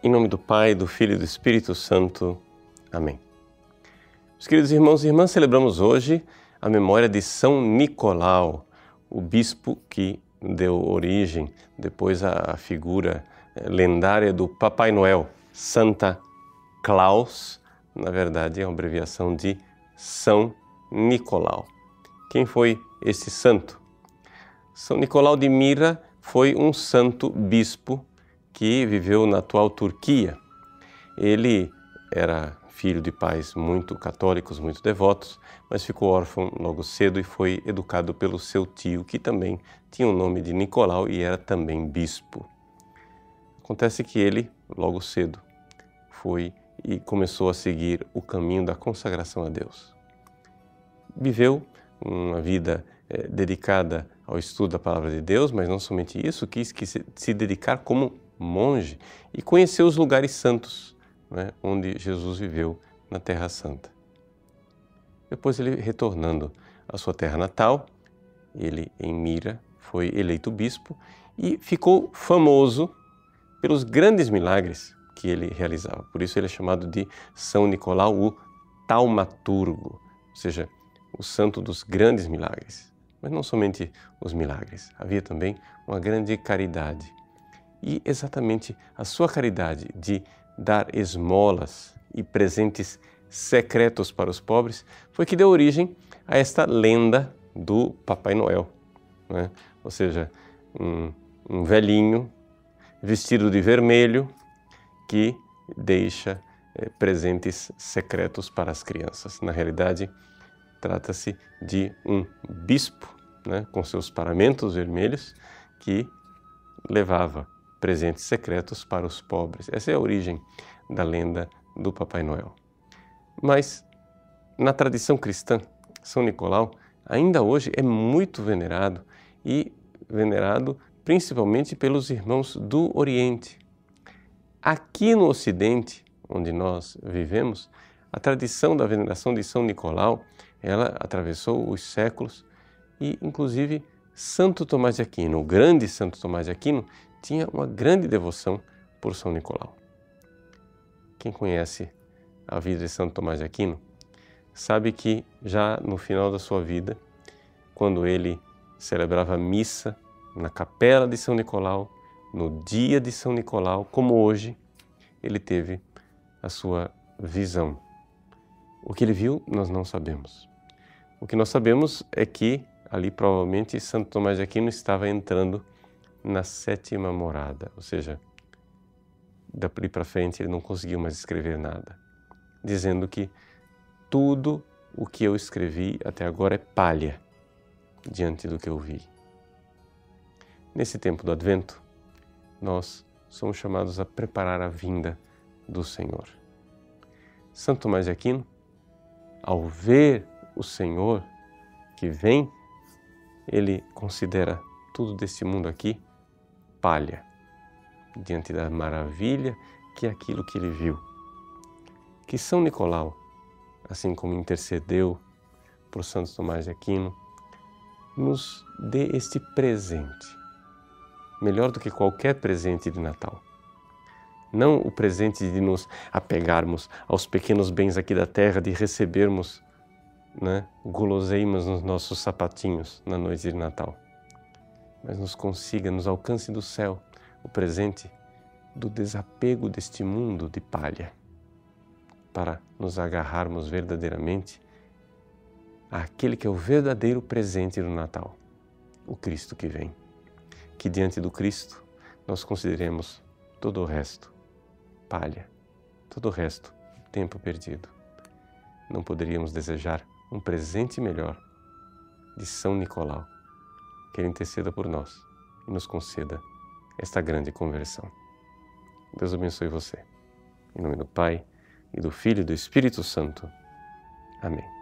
Em nome do Pai, do Filho e do Espírito Santo. Amém. Meus queridos irmãos e irmãs, celebramos hoje a memória de São Nicolau, o bispo que deu origem depois à figura lendária do Papai Noel, Santa Claus, na verdade é uma abreviação de São Nicolau. Quem foi esse santo? São Nicolau de Myra foi um santo bispo que viveu na atual Turquia. Ele era filho de pais muito católicos, muito devotos, mas ficou órfão logo cedo e foi educado pelo seu tio, que também tinha o nome de Nicolau e era também bispo. Acontece que ele, logo cedo, foi e começou a seguir o caminho da consagração a Deus. Viveu uma vida dedicada ao estudo da Palavra de Deus, mas não somente isso, quis se dedicar como monge e conhecer os lugares santos, né, onde Jesus viveu na Terra Santa. Depois ele retornando à sua terra natal, ele em Myra foi eleito bispo e ficou famoso pelos grandes milagres que ele realizava. Por isso ele é chamado de São Nicolau, o Taumaturgo, ou seja, o santo dos grandes milagres. Mas não somente os milagres, havia também uma grande caridade. E exatamente a sua caridade de dar esmolas e presentes secretos para os pobres foi que deu origem a esta lenda do Papai Noel, né? Ou seja, um velhinho vestido de vermelho que deixa presentes secretos para as crianças. Na realidade, trata-se de um bispo, né, com seus paramentos vermelhos que levava presentes secretos para os pobres. Essa é a origem da lenda do Papai Noel. Mas, na tradição cristã, São Nicolau ainda hoje é muito venerado e venerado principalmente pelos irmãos do Oriente. Aqui no Ocidente, onde nós vivemos, a tradição da veneração de São Nicolau, ela atravessou os séculos e, inclusive, Santo Tomás de Aquino, o grande Santo Tomás de Aquino, tinha uma grande devoção por São Nicolau. Quem conhece a vida de Santo Tomás de Aquino sabe que já no final da sua vida, quando ele celebrava a missa na capela de São Nicolau, no dia de São Nicolau, como hoje, ele teve a sua visão. O que ele viu, nós não sabemos. O que nós sabemos é que ali provavelmente Santo Tomás de Aquino estava entrando na sétima morada, ou seja, dali para frente ele não conseguiu mais escrever nada, dizendo que tudo o que eu escrevi até agora é palha diante do que eu vi. Nesse tempo do Advento, nós somos chamados a preparar a vinda do Senhor. Santo Tomás de Aquino, ao ver o Senhor que vem, ele considera tudo desse mundo aqui palha, diante da maravilha que é aquilo que ele viu. Que São Nicolau, assim como intercedeu por Santo Tomás de Aquino, nos dê este presente, melhor do que qualquer presente de Natal. Não o presente de nos apegarmos aos pequenos bens aqui da terra, de recebermos, né, guloseimas nos nossos sapatinhos na noite de Natal, mas nos consiga, nos alcance do céu, o presente do desapego deste mundo de palha, para nos agarrarmos verdadeiramente àquele que é o verdadeiro presente do Natal, o Cristo que vem. Que diante do Cristo nós consideremos todo o resto palha, todo o resto tempo perdido. Não poderíamos desejar um presente melhor de São Nicolau, que ele interceda por nós e nos conceda esta grande conversão. Deus abençoe você. Em nome do Pai, e do Filho e do Espírito Santo. Amém.